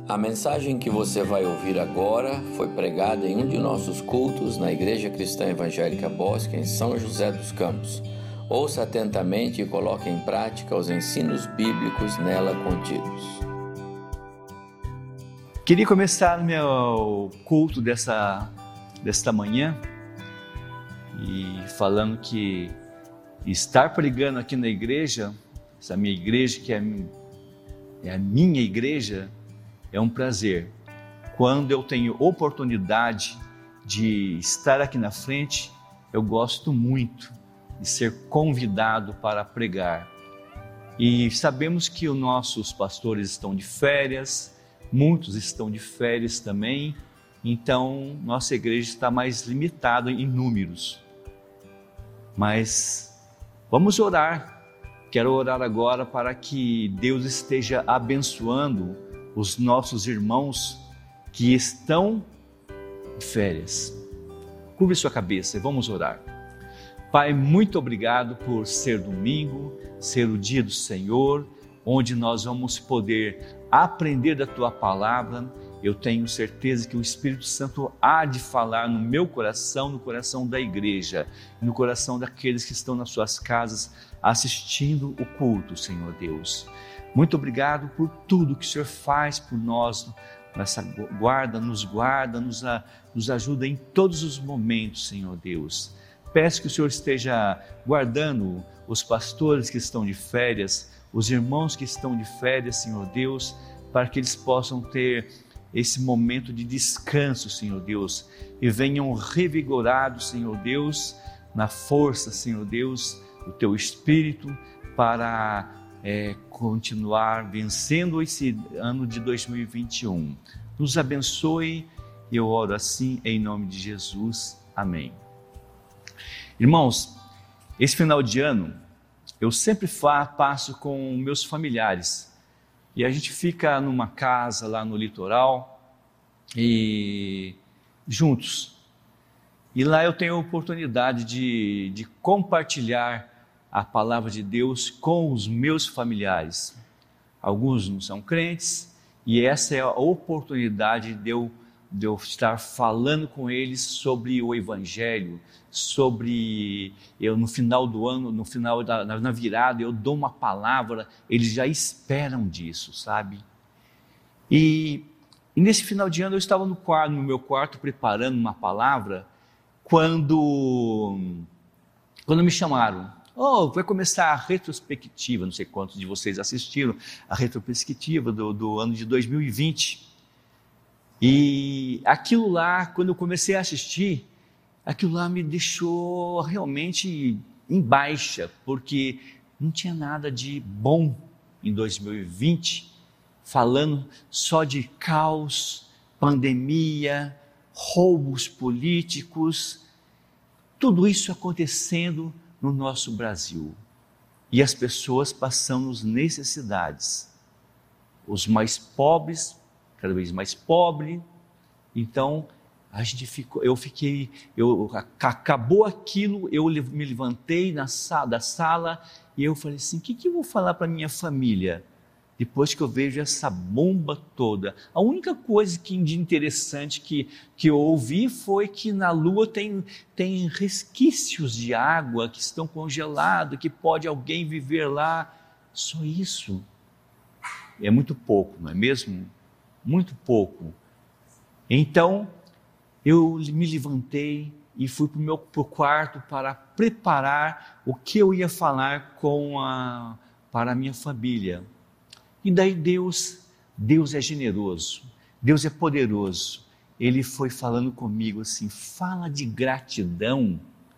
A mensagem que você vai ouvir agora foi pregada em um de nossos cultos na Igreja Cristã Evangélica Bosque, em São José dos Campos. Ouça atentamente e coloque em prática os ensinos bíblicos nela contidos. Queria começar meu culto desta manhã e falando que estar pregando aqui na igreja, essa minha igreja que é a minha igreja, é um prazer. Quando eu tenho oportunidade de estar aqui na frente, eu gosto muito de ser convidado para pregar. E sabemos que os nossos pastores estão de férias, muitos estão de férias também, então nossa igreja está mais limitada em números. Mas vamos orar. Quero orar agora para que Deus esteja abençoando os nossos irmãos que estão de férias. Curve sua cabeça e vamos orar. Pai, muito obrigado por ser domingo, ser o dia do Senhor, onde nós vamos poder aprender da Tua Palavra. Eu tenho certeza que o Espírito Santo há de falar no meu coração, no coração da igreja, no coração daqueles que estão nas suas casas assistindo o culto, Senhor Deus. Muito obrigado por tudo que o Senhor faz por nós, nessa guarda, nos ajuda em todos os momentos, Senhor Deus. Peço que o Senhor esteja guardando os pastores que estão de férias, os irmãos que estão de férias, Senhor Deus, para que eles possam ter esse momento de descanso, Senhor Deus, e venham revigorados, Senhor Deus, na força, Senhor Deus, do Teu Espírito, para continuar vencendo esse ano de 2021. Nos abençoe, e eu oro assim em nome de Jesus. Amém. Irmãos, esse final de ano, eu sempre passo com meus familiares, e a gente fica numa casa lá no litoral, e juntos. E lá eu tenho a oportunidade de compartilhar a palavra de Deus com os meus familiares. Alguns não são crentes, e essa é a oportunidade de eu estar falando com eles sobre o Evangelho, eu no final do ano, na virada, eu dou uma palavra, eles já esperam disso, sabe? E nesse final de ano eu estava no meu quarto preparando uma palavra, quando me chamaram. Vai começar a retrospectiva, não sei quantos de vocês assistiram a retrospectiva do ano de 2020. E aquilo lá, quando eu comecei a assistir, aquilo lá me deixou realmente em baixa, porque não tinha nada de bom em 2020, falando só de caos, pandemia, roubos políticos, tudo isso acontecendo no nosso Brasil, e as pessoas passando necessidades, os mais pobres, cada vez mais pobres. Então acabou aquilo, eu me levantei da sala e eu falei assim, o que eu vou falar para minha família? Depois que eu vejo essa bomba toda, a única coisa de interessante que eu ouvi foi que na Lua tem resquícios de água que estão congelados, que pode alguém viver lá. Só isso. É muito pouco, não é mesmo? Muito pouco. Então, eu me levantei e fui para o quarto para preparar o que eu ia falar para a minha família. E daí Deus é generoso, Deus é poderoso. Ele foi falando comigo assim, fala de gratidão.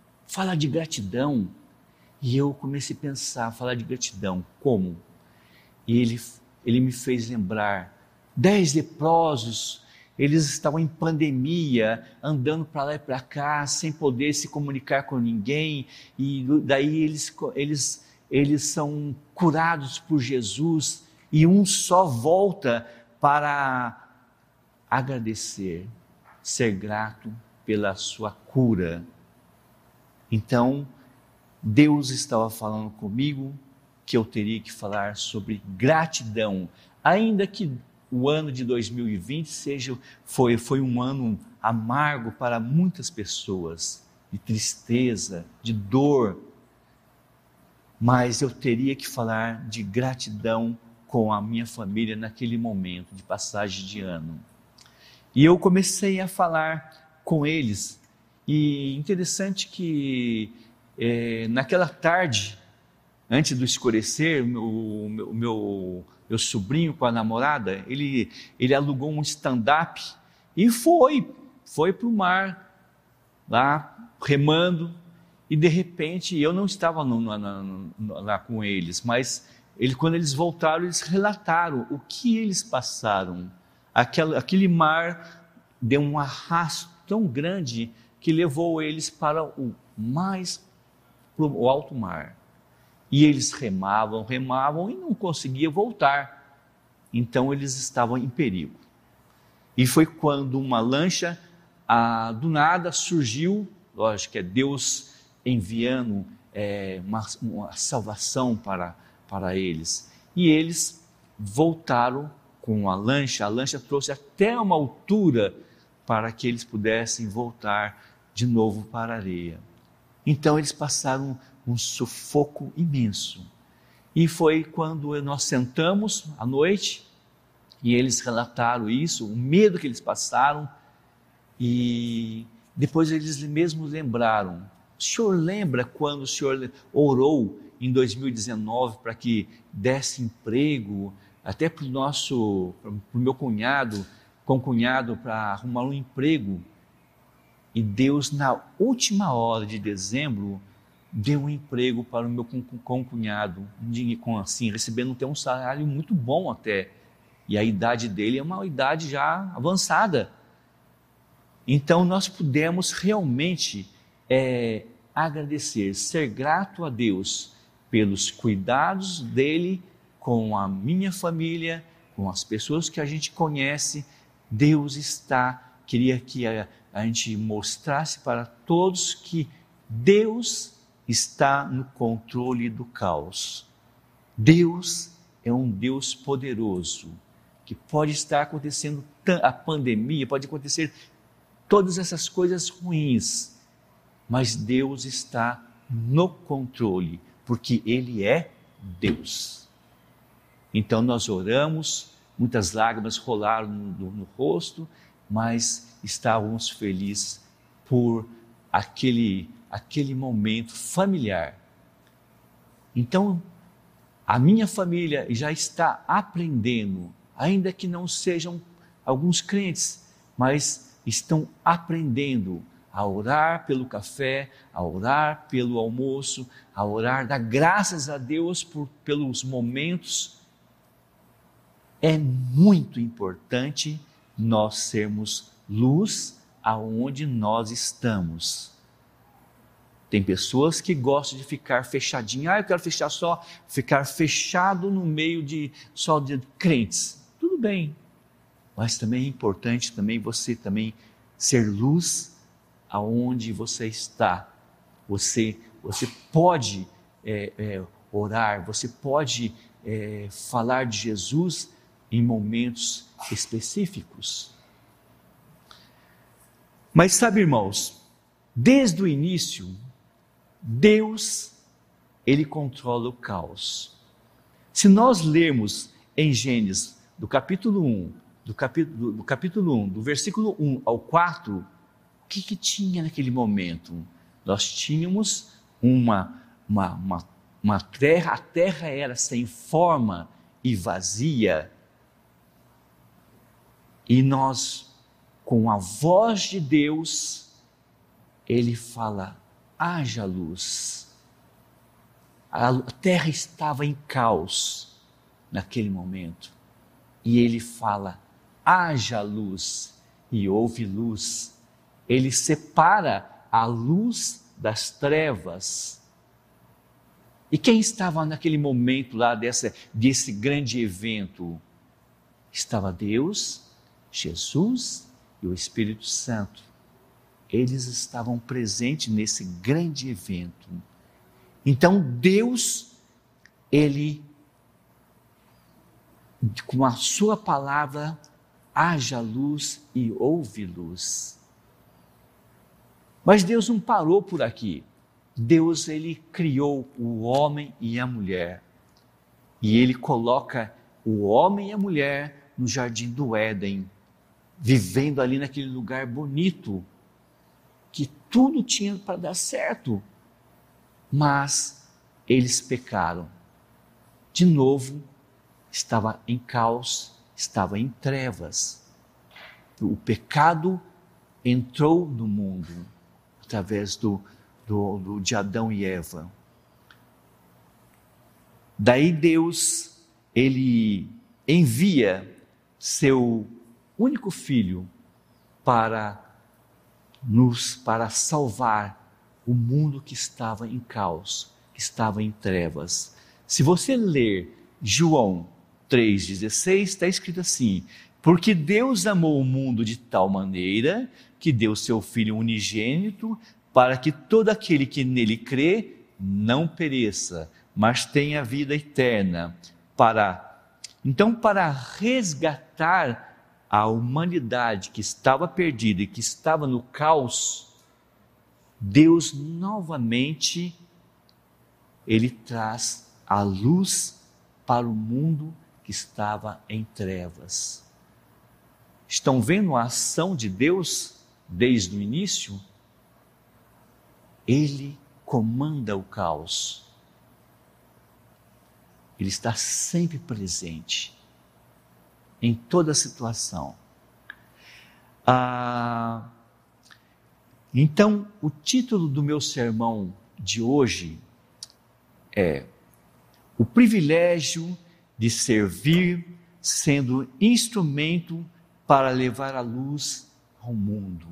E eu comecei a pensar, falar de gratidão, como? E ele me fez lembrar, 10 leprosos, eles estavam em pandemia, andando para lá e para cá, sem poder se comunicar com ninguém, e daí eles são curados por Jesus, e um só volta para agradecer, ser grato pela sua cura. Então, Deus estava falando comigo que eu teria que falar sobre gratidão, ainda que o ano de 2020 foi um ano amargo para muitas pessoas, de tristeza, de dor, mas eu teria que falar de gratidão com a minha família naquele momento de passagem de ano. E eu comecei a falar com eles, e interessante que naquela tarde, antes do escurecer, o meu sobrinho com a namorada, ele alugou um stand-up e foi para o mar, lá remando, e de repente, eu não estava lá com eles, mas quando eles voltaram, eles relataram o que eles passaram. Aquele mar deu um arrasto tão grande que levou eles para o alto mar. E eles remavam e não conseguiam voltar. Então eles estavam em perigo. E foi quando uma lancha, do nada, surgiu, lógico que é Deus enviando uma salvação para eles. E eles voltaram com a lancha trouxe até uma altura para que eles pudessem voltar de novo para a areia. Então eles passaram um sufoco imenso. E foi quando nós sentamos à noite e eles relataram isso, o medo que eles passaram, e depois eles mesmos lembraram. O senhor lembra quando o senhor orou em 2019 para que desse emprego, até para o meu cunhado, para arrumar um emprego? E Deus, na última hora de dezembro, deu um emprego para o meu concunhado, assim, recebendo até um salário muito bom até. E a idade dele é uma idade já avançada. Então nós pudemos realmente agradecer, ser grato a Deus pelos cuidados dele com a minha família, com as pessoas que a gente conhece. Deus queria que a gente mostrasse para todos que Deus está no controle do caos. Deus é um Deus poderoso, que pode estar acontecendo a pandemia, pode acontecer todas essas coisas ruins, mas Deus está no controle, porque Ele é Deus. Então nós oramos, muitas lágrimas rolaram no rosto, mas estávamos felizes por aquele momento familiar. Então, a minha família já está aprendendo, ainda que não sejam alguns crentes, mas estão aprendendo a orar pelo café, a orar pelo almoço, a orar, dar graças a Deus pelos momentos. É muito importante nós sermos luz aonde nós estamos. Tem pessoas que gostam de ficar fechadinho. Eu quero ficar fechado no meio só de crentes. Tudo bem, mas também é importante você ser luz aonde você está. Você pode orar, você pode falar de Jesus em momentos específicos. Mas sabe, irmãos, desde o início, Deus, Ele controla o caos. Se nós lermos em Gênesis, do capítulo 1, do versículo 1 ao 4, o que tinha naquele momento? Nós tínhamos uma terra, a terra era sem forma e vazia, e nós, com a voz de Deus, Ele fala: haja luz. A terra estava em caos naquele momento, e Ele fala: haja luz, e houve luz. Ele separa a luz das trevas. E quem estava naquele momento lá desse grande evento? Estava Deus, Jesus e o Espírito Santo. Eles estavam presentes nesse grande evento. Então Deus, Ele com a sua palavra, haja luz e houve luz. Mas Deus não parou por aqui. Deus, ele criou o homem e a mulher. E ele coloca o homem e a mulher no jardim do Éden, vivendo ali naquele lugar bonito, que tudo tinha para dar certo. Mas eles pecaram. De novo, estava em caos, estava em trevas. O pecado entrou no mundo através de Adão e Eva. Daí Deus, ele envia seu único filho para salvar o mundo que estava em caos, que estava em trevas. Se você ler João 3,16, está escrito assim: porque Deus amou o mundo de tal maneira que deu seu Filho unigênito, para que todo aquele que nele crê não pereça, mas tenha vida eterna. Então, para resgatar a humanidade que estava perdida e que estava no caos, Deus novamente, ele traz a luz para o mundo que estava em trevas. Estão vendo a ação de Deus desde o início? Ele comanda o caos. Ele está sempre presente em toda situação. Então, o título do meu sermão de hoje é o privilégio de servir sendo instrumento para levar a luz ao mundo.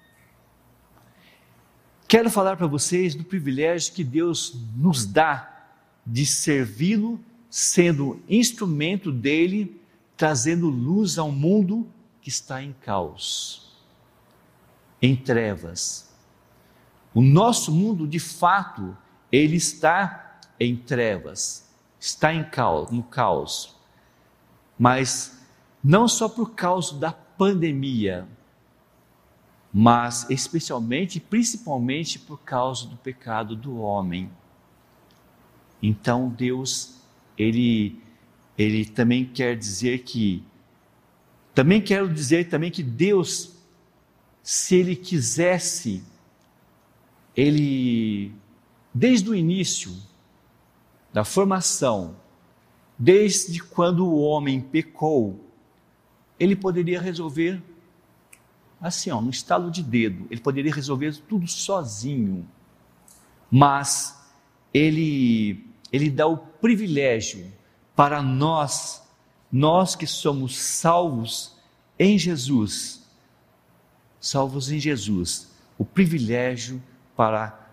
Quero falar para vocês do privilégio que Deus nos dá de servi-lo sendo instrumento dele, trazendo luz ao mundo que está em caos, em trevas. O nosso mundo, de fato, ele está em trevas, está no caos. Mas não só por causa da pandemia, mas especialmente, principalmente por causa do pecado do homem. Então Deus, ele também quero dizer que Deus, se ele quisesse, ele, desde o início da formação, desde quando o homem pecou, ele poderia resolver assim, no estalo de dedo, ele poderia resolver tudo sozinho, mas ele dá o privilégio para nós que somos salvos em Jesus, o privilégio para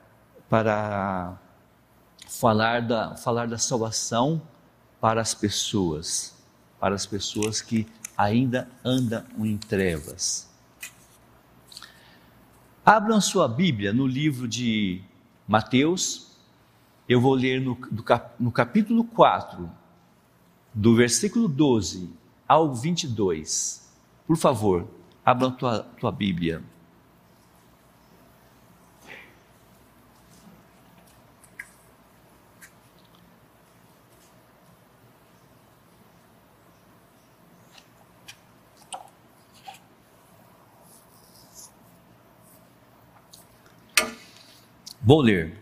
falar da salvação para as pessoas que ainda andam em trevas. Abram sua Bíblia no livro de Mateus. Eu vou ler no capítulo 4, do versículo 12 ao 22. Por favor, abram tua Bíblia. Vou ler.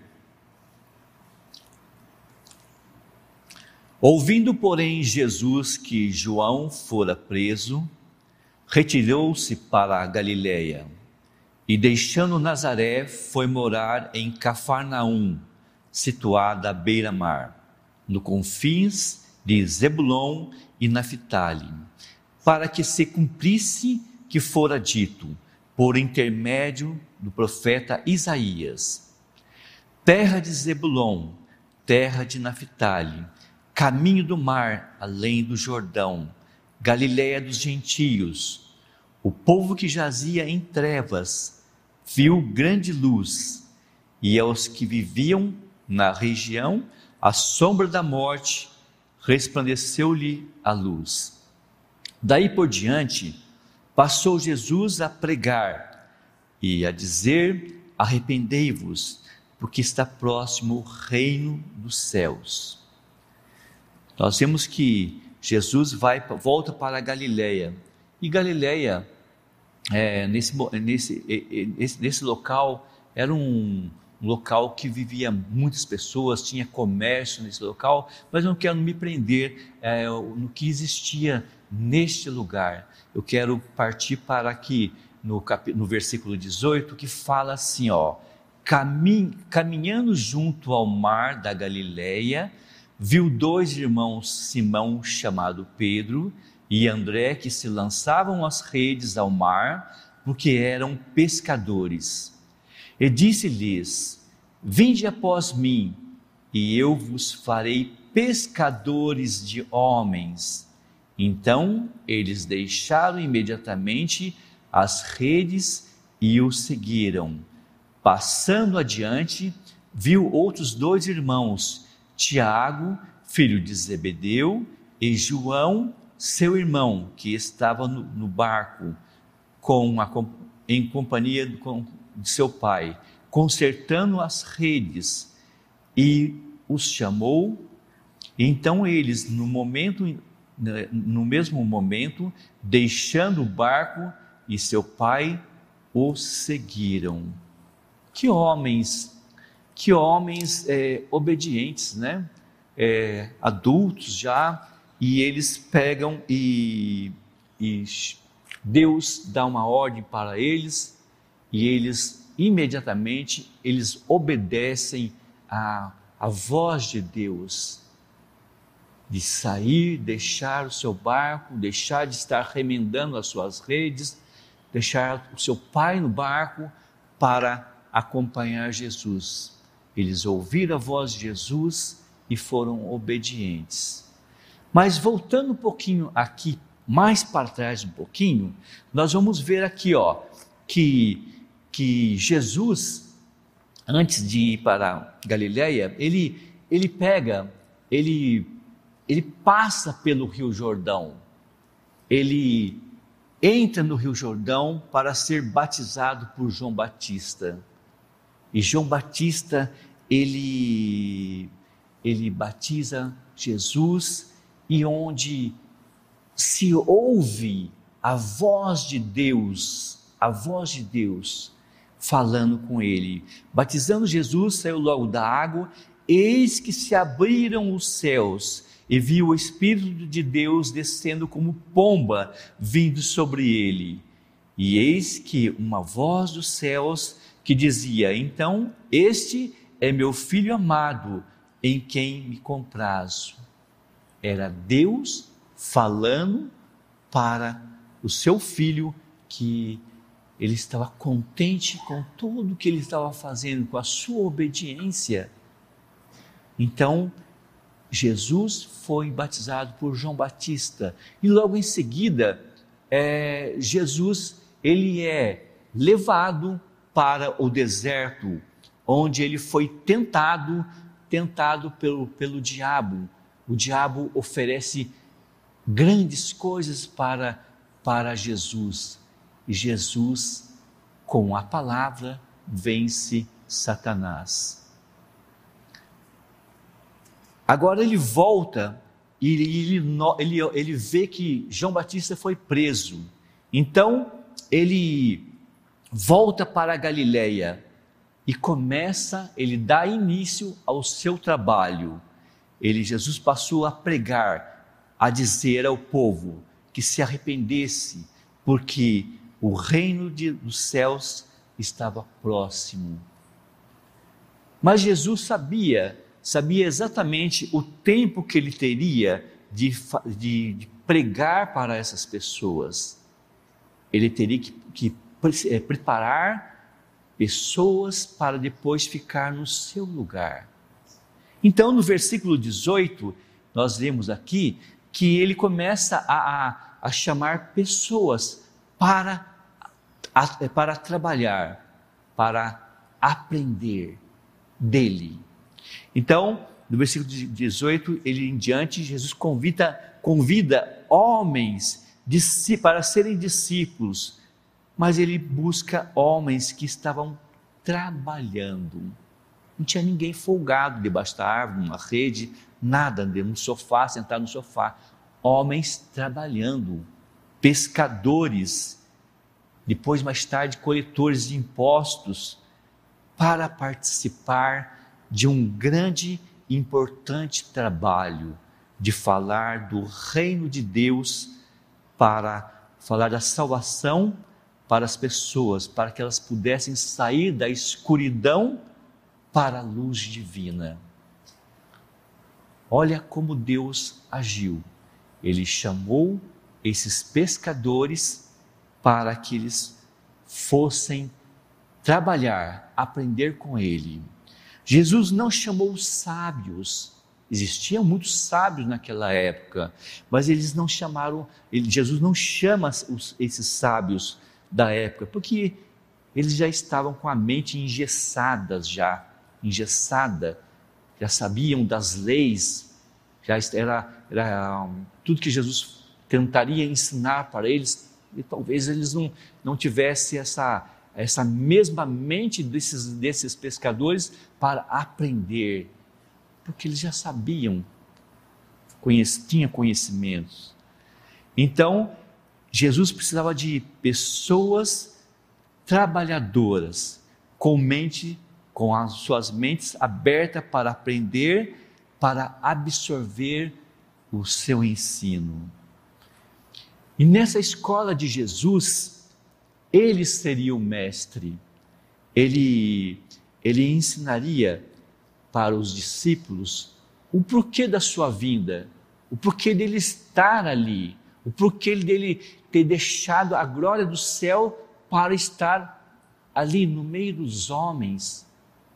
Ouvindo, porém, Jesus que João fora preso, retirou-se para a Galiléia e, deixando Nazaré, foi morar em Cafarnaum, situada à beira-mar, no confins de Zebulon e Naphtali, para que se cumprisse que fora dito, por intermédio do profeta Isaías: terra de Zebulon, terra de Naphtali, caminho do mar, além do Jordão, Galiléia dos gentios. O povo que jazia em trevas viu grande luz, e aos que viviam na região a sombra da morte resplandeceu-lhe a luz. Daí por diante, passou Jesus a pregar e a dizer: arrependei-vos, porque está próximo o reino dos céus. Nós vemos que Jesus volta para a Galileia, e Galileia, nesse local, era um local que vivia muitas pessoas, tinha comércio nesse local, mas eu não quero me prender no que existia neste lugar. Eu quero partir para aqui, no versículo 18, que fala assim, caminhando junto ao mar da Galileia, viu 2 irmãos, Simão, chamado Pedro, e André, que se lançavam as redes ao mar, porque eram pescadores. E disse-lhes: vinde após mim, e eu vos farei pescadores de homens. Então eles deixaram imediatamente as redes e o seguiram. Passando adiante, viu outros 2 irmãos, Tiago, filho de Zebedeu, e João, seu irmão, que estava no barco em companhia de seu pai, consertando as redes, e os chamou. Então eles, no mesmo momento, deixando o barco e seu pai, o seguiram. Que homens obedientes, né? Adultos já, e eles pegam e Deus dá uma ordem para eles, e eles imediatamente obedecem à voz de Deus, de sair, deixar o seu barco, deixar de estar remendando as suas redes, deixar o seu pai no barco para acompanhar Jesus. Eles ouviram a voz de Jesus e foram obedientes. Mas voltando um pouquinho aqui, mais para trás um pouquinho, nós vamos ver aqui, que Jesus, antes de ir para Galileia, ele passa pelo Rio Jordão, ele entra no Rio Jordão para ser batizado por João Batista. E João Batista, ele batiza Jesus, e onde se ouve a voz de Deus falando com ele. Batizando Jesus, saiu logo da água, eis que se abriram os céus, e viu o Espírito de Deus descendo como pomba, vindo sobre ele. E eis que uma voz dos céus que dizia: então, este é meu Filho amado, em quem me comprazo. Era Deus falando para o seu filho, que ele estava contente com tudo que ele estava fazendo, com a sua obediência. Então, Jesus foi batizado por João Batista, e logo em seguida, Jesus, ele é levado para o deserto, onde ele foi tentado pelo diabo. O diabo oferece grandes coisas para Jesus, e Jesus, com a palavra, vence Satanás. Agora ele volta e ele vê que João Batista foi preso. Então ele volta para a Galileia e ele dá início ao seu trabalho. Jesus passou a pregar, a dizer ao povo que se arrependesse, porque o reino dos céus estava próximo. Mas Jesus sabia exatamente o tempo que ele teria de pregar para essas pessoas. Ele teria que preparar pessoas para depois ficar no seu lugar. Então, no versículo 18, nós vemos aqui que ele começa a chamar pessoas para trabalhar, para aprender dele. Então, do versículo 18 ele em diante, Jesus convida homens para serem discípulos, mas ele busca homens que estavam trabalhando. Não tinha ninguém folgado debaixo da árvore, numa rede, nada, no sofá, sentado no sofá. Homens trabalhando, pescadores, depois mais tarde coletores de impostos, para participar de um grande e importante trabalho de falar do reino de Deus, para falar da salvação para as pessoas, para que elas pudessem sair da escuridão para a luz divina. Olha como Deus agiu. Ele chamou esses pescadores para que eles fossem trabalhar, aprender com ele. Jesus não chamou os sábios. Existiam muitos sábios naquela época, mas eles não chamaram, Jesus não chama esses sábios da época, porque eles já estavam com a mente engessada, já sabiam das leis, já era tudo que Jesus tentaria ensinar para eles, e talvez eles não tivessem essa mesma mente desses pescadores para aprender, porque eles já sabiam, tinham conhecimentos. Então, Jesus precisava de pessoas trabalhadoras, com as suas mentes abertas para aprender, para absorver o seu ensino. E nessa escola de Jesus, ele seria o mestre. Ele ensinaria para os discípulos o porquê da sua vinda, o porquê dele estar ali, o porquê dele ter deixado a glória do céu para estar ali no meio dos homens.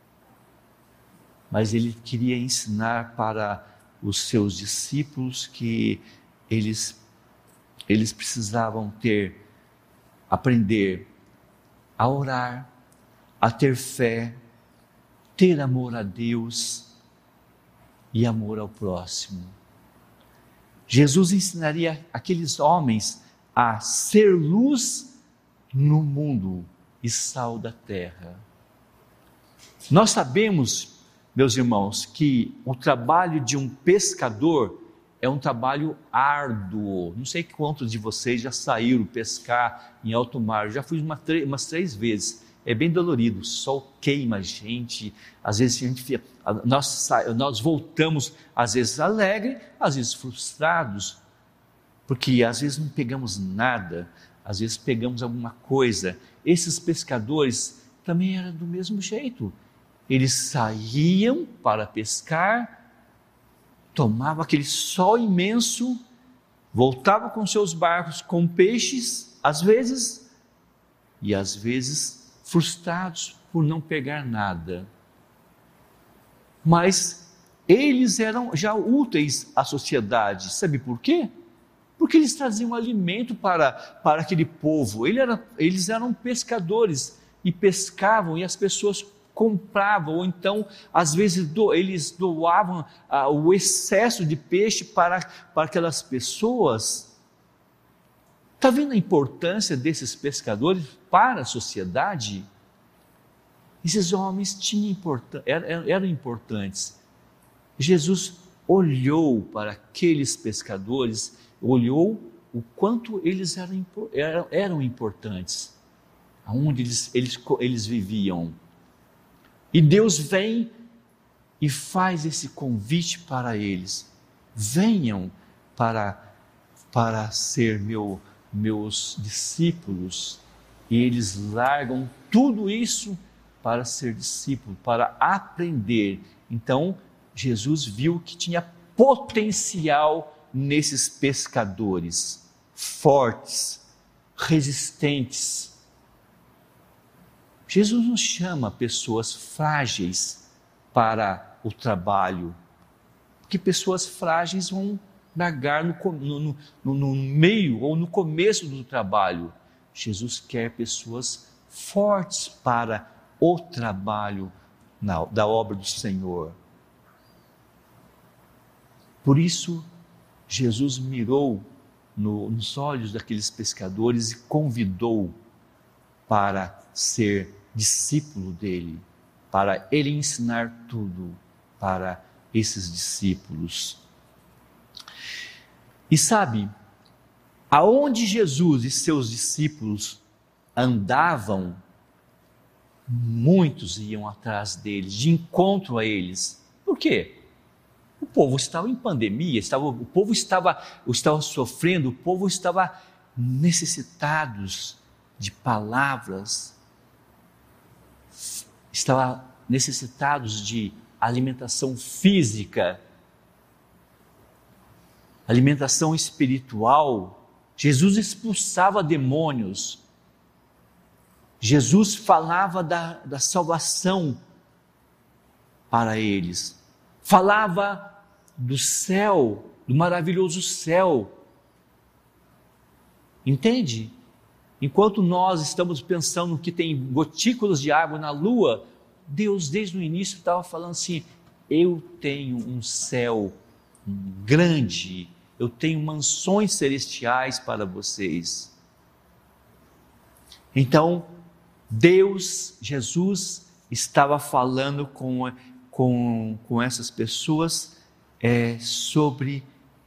Mas ele queria ensinar para os seus discípulos que eles precisavam aprender a orar, a ter fé, ter amor a Deus e amor ao próximo. Jesus ensinaria aqueles homens a ser luz no mundo e sal da terra. Nós sabemos, meus irmãos, que o trabalho de um pescador é um trabalho árduo. Não sei quantos de vocês já saíram pescar em alto mar. Eu já fui umas 3 vezes. É bem dolorido, o sol queima a gente. Às vezes nós voltamos, às vezes alegres, às vezes frustrados, porque às vezes não pegamos nada, às vezes pegamos alguma coisa. Esses pescadores também eram do mesmo jeito. Eles saíam para pescar, tomavam aquele sol imenso, voltavam com seus barcos com peixes, às vezes frustrados por não pegar nada. Mas eles eram já úteis à sociedade. Sabe por quê? Porque eles traziam alimento para aquele povo. Eles eram pescadores e pescavam, e as pessoas compravam, ou então às vezes eles doavam o excesso de peixe para aquelas pessoas. Está vendo a importância desses pescadores para a sociedade? Esses homens eram importantes. Jesus olhou para aqueles pescadores, olhou o quanto eles eram importantes, aonde eles viviam. E Deus vem e faz esse convite para eles: venham para ser meus discípulos. E eles largam tudo isso para ser discípulo, para aprender. Então Jesus viu que tinha potencial nesses pescadores, fortes, resistentes. Jesus não chama pessoas frágeis para o trabalho, porque pessoas frágeis vão largar no meio ou no começo do trabalho. Jesus quer pessoas fortes para o trabalho da obra do Senhor. Por isso, Jesus mirou nos olhos daqueles pescadores e convidou para ser discípulo dele, para ele ensinar tudo para esses discípulos. E sabe, aonde Jesus e seus discípulos andavam, muitos iam atrás deles, de encontro a eles. Por quê? O povo estava em pandemia, o povo estava sofrendo, o povo estava necessitados de palavras, estava necessitados de alimentação física, alimentação espiritual. Jesus expulsava demônios, Jesus falava da salvação para eles, falava do céu, do maravilhoso céu. Entende? Enquanto nós estamos pensando que tem gotículas de água na lua, Deus desde o início estava falando assim: eu tenho um céu grande, eu tenho mansões celestiais para vocês. Então, Jesus estava falando com essas pessoas sobre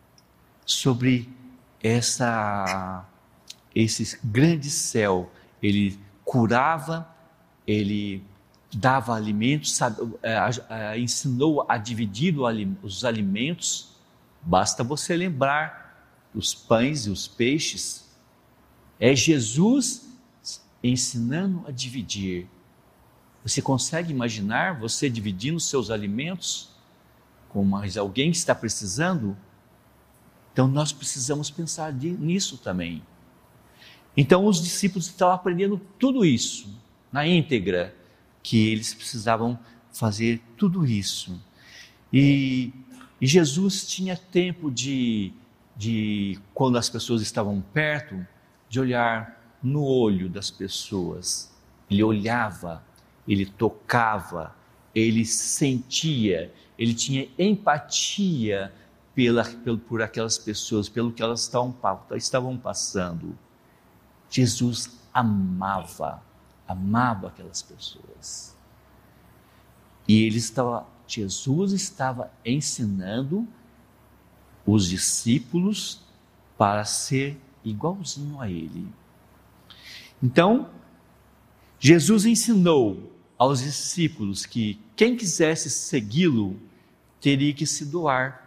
esse grande céu. Ele curava, ele dava alimentos, ensinou a dividir os alimentos. Basta você lembrar dos pães e os peixes. É Jesus ensinando a dividir. Você consegue imaginar você dividindo os seus alimentos com mais alguém que está precisando? Então nós precisamos pensar nisso também. Então os discípulos estavam aprendendo tudo isso na íntegra, que eles precisavam fazer tudo isso. E Jesus tinha tempo de quando as pessoas estavam perto, de olhar no olho das pessoas. Ele olhava, ele tocava, ele sentia, ele tinha empatia por aquelas pessoas, pelo que elas estavam passando. Jesus amava aquelas pessoas. E Jesus estava ensinando os discípulos para ser igualzinho a ele. Então, Jesus ensinou aos discípulos que quem quisesse segui-lo teria que se doar.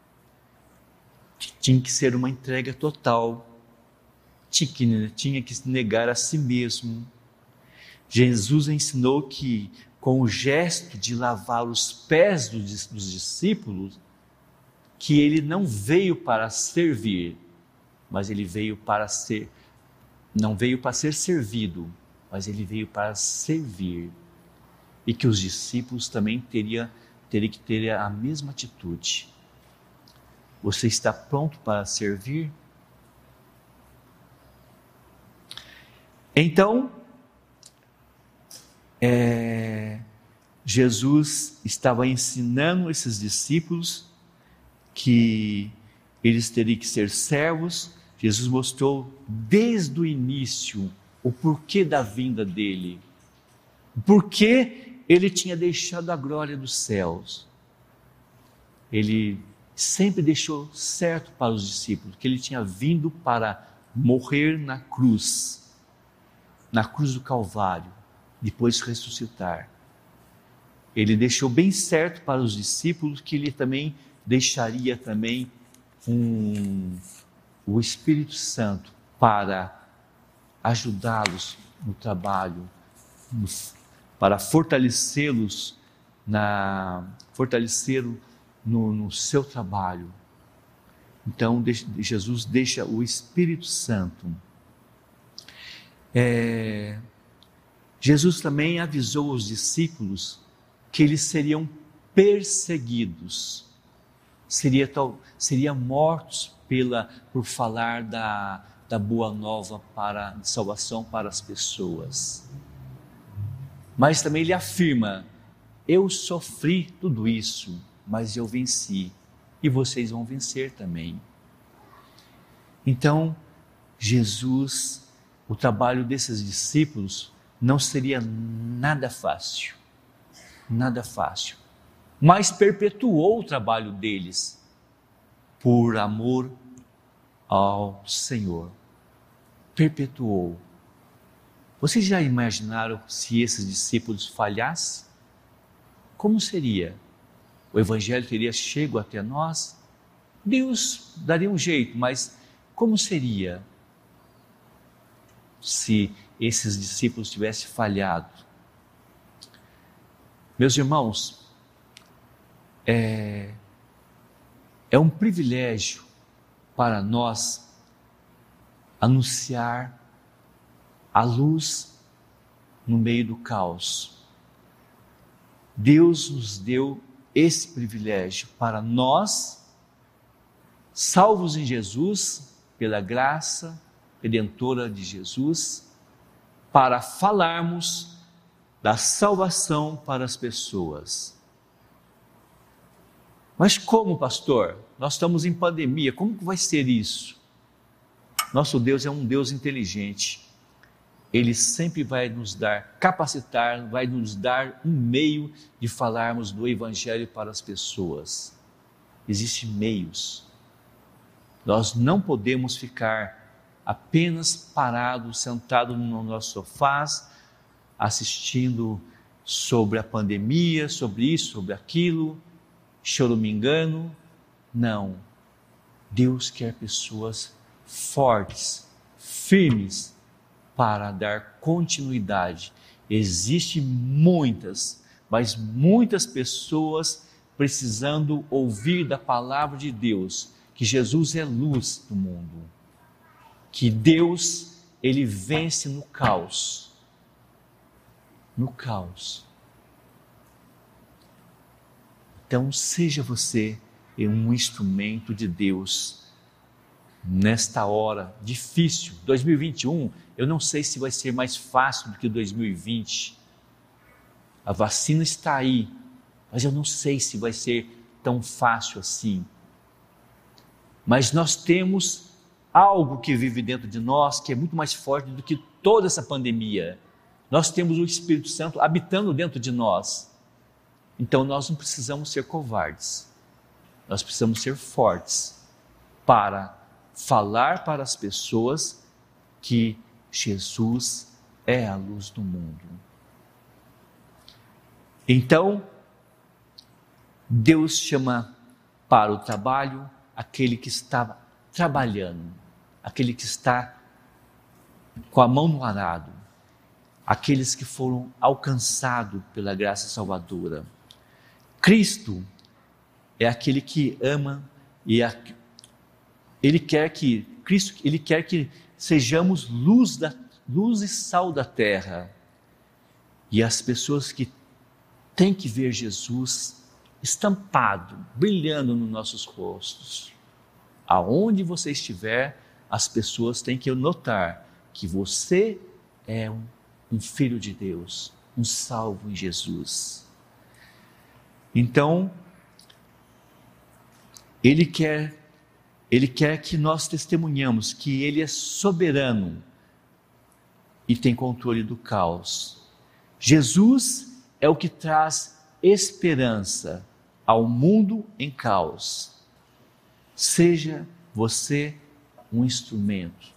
Tinha que ser uma entrega total. Tinha que se negar a si mesmo. Jesus ensinou que com o gesto de lavar os pés dos discípulos, que ele não veio para servir, mas ele veio para não veio para ser servido, mas ele veio para servir. E que os discípulos também teriam que ter a mesma atitude. Você está pronto para servir? Então, Jesus estava ensinando esses discípulos que eles teriam que ser servos. Jesus mostrou desde o início o porquê da vinda dele, o porquê ele tinha deixado a glória dos céus. Ele sempre deixou certo para os discípulos que ele tinha vindo para morrer na cruz do Calvário, depois ressuscitar. Ele deixou bem certo para os discípulos que ele também deixaria também o Espírito Santo para ajudá-los no trabalho, para fortalecê-los no seu trabalho. Então Jesus deixa o Espírito Santo. Jesus também avisou os discípulos que eles seriam perseguidos, seriam mortos por falar da boa nova de salvação para as pessoas. Mas também ele afirma: eu sofri tudo isso, mas eu venci. e vocês vão vencer também. Então, Jesus, o trabalho desses discípulos não seria nada fácil, mas perpetuou o trabalho deles por amor ao Senhor. Perpetuou. Vocês já imaginaram se esses discípulos falhassem? Como seria? O Evangelho teria chegado até nós? Deus daria um jeito, mas como seria se esses discípulos tivessem falhado? Meus irmãos, é um privilégio para nós anunciar a luz no meio do caos. Deus nos deu esse privilégio para nós, salvos em Jesus, pela graça redentora de Jesus, para falarmos da salvação para as pessoas. Mas como, pastor? Nós estamos em pandemia, como que vai ser isso? Nosso Deus é um Deus inteligente. Ele sempre vai nos capacitar, vai nos dar um meio de falarmos do Evangelho para as pessoas. Existem meios. Nós não podemos ficar apenas parados, sentados no nosso sofá, assistindo sobre a pandemia, sobre isso, sobre aquilo, choramingando. Não. Deus quer pessoas fortes, firmes, para dar continuidade. Existem muitas pessoas precisando ouvir da palavra de Deus, que Jesus é luz do mundo, que Deus, Ele vence no caos. No caos. Então, seja você um instrumento de Deus nesta hora difícil. 2021, eu não sei se vai ser mais fácil do que 2020. A vacina está aí, mas eu não sei se vai ser tão fácil assim. Mas nós temos algo que vive dentro de nós, que é muito mais forte do que toda essa pandemia. Nós temos o Espírito Santo habitando dentro de nós. Então nós não precisamos ser covardes. Nós precisamos ser fortes para falar para as pessoas que Jesus é a luz do mundo. Então, Deus chama para o trabalho aquele que está trabalhando, aquele que está com a mão no arado, aqueles que foram alcançados pela graça salvadora. Cristo é aquele que ama e Ele quer que sejamos luz e sal da terra. E as pessoas que têm que ver Jesus estampado, brilhando nos nossos rostos. Aonde você estiver, as pessoas têm que notar que você é um filho de Deus, um salvo em Jesus. Então, Ele quer que nós testemunhamos que Ele é soberano e tem controle do caos. Jesus é o que traz esperança ao mundo em caos. Seja você um instrumento.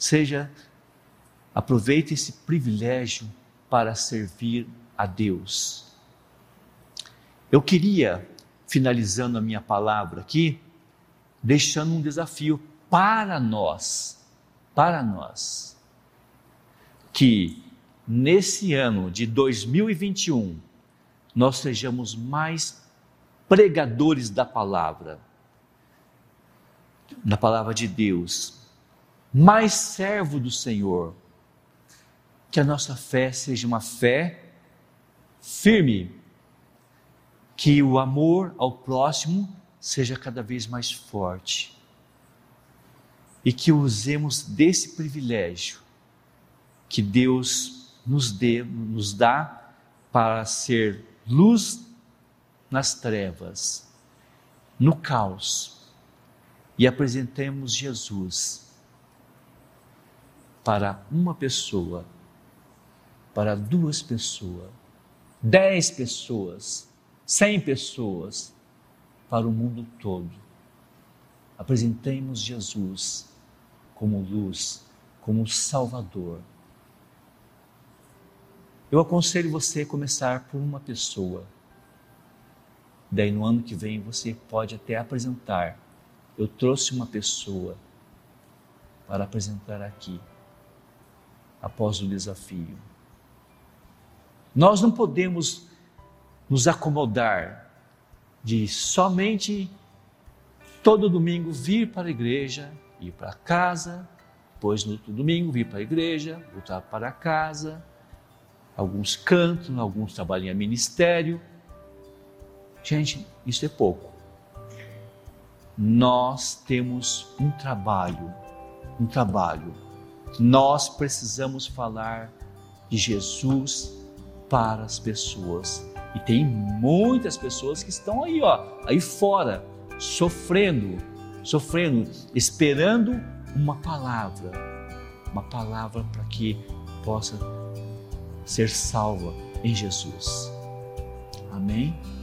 Aproveite esse privilégio para servir a Deus. Eu queria, finalizando a minha palavra aqui, deixando um desafio para nós, que nesse ano de 2021, nós sejamos mais pregadores da palavra de Deus, mais servo do Senhor, que a nossa fé seja uma fé firme, que o amor ao próximo seja cada vez mais forte e que usemos desse privilégio que Deus nos dá para ser luz nas trevas. no caos e apresentemos Jesus para uma pessoa, para 2 pessoas, 10 pessoas, 100 pessoas, para o mundo todo. Apresentemos Jesus como luz, como Salvador. Eu aconselho você a começar por uma pessoa. Daí no ano que vem você pode até apresentar. Eu trouxe uma pessoa para apresentar aqui, após o desafio. Nós não podemos nos acomodar de somente todo domingo vir para a igreja, ir para casa, depois no outro domingo vir para a igreja, voltar para casa, alguns cantam, alguns trabalham em ministério. Gente, isso é pouco. Nós temos um trabalho. Nós precisamos falar de Jesus para as pessoas. E tem muitas pessoas que estão aí fora, sofrendo, esperando uma palavra para que possa ser salva em Jesus. Amém?